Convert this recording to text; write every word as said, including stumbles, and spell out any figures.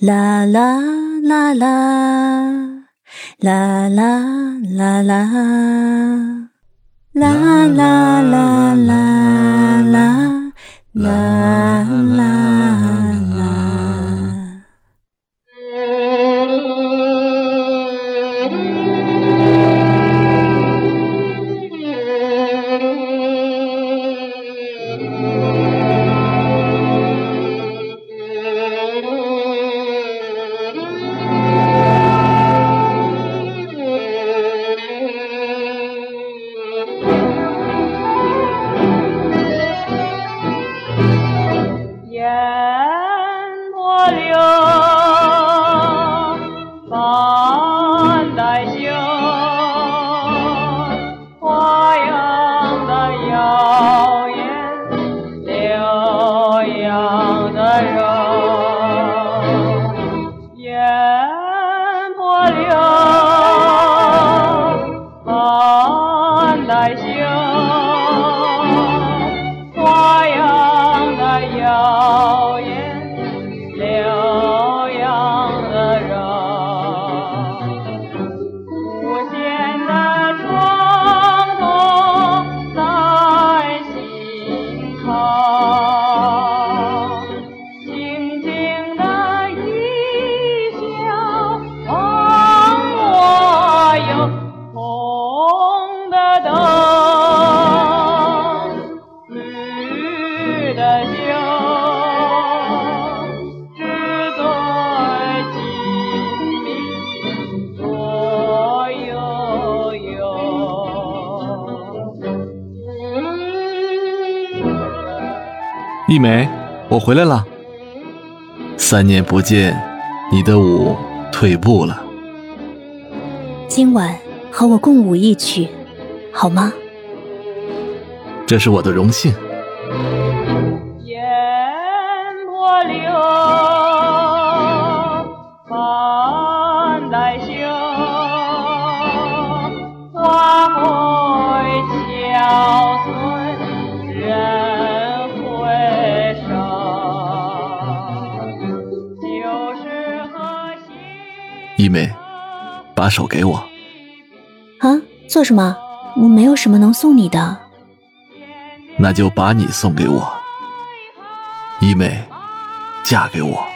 啦啦啦啦，啦啦啦啦，啦啦啦啦啦，啦啦啦。 一梅，我回来了。三年不见，你的舞退步了。 今晚和我共舞一曲，好吗？ 这是我的荣幸。 烟波流，帆带袖，花会憔悴，人回首，旧时和谐。 一梅，把手给我。 啊，做什么？我没有什么能送你的。 那就把你送给我，一梅，嫁给我。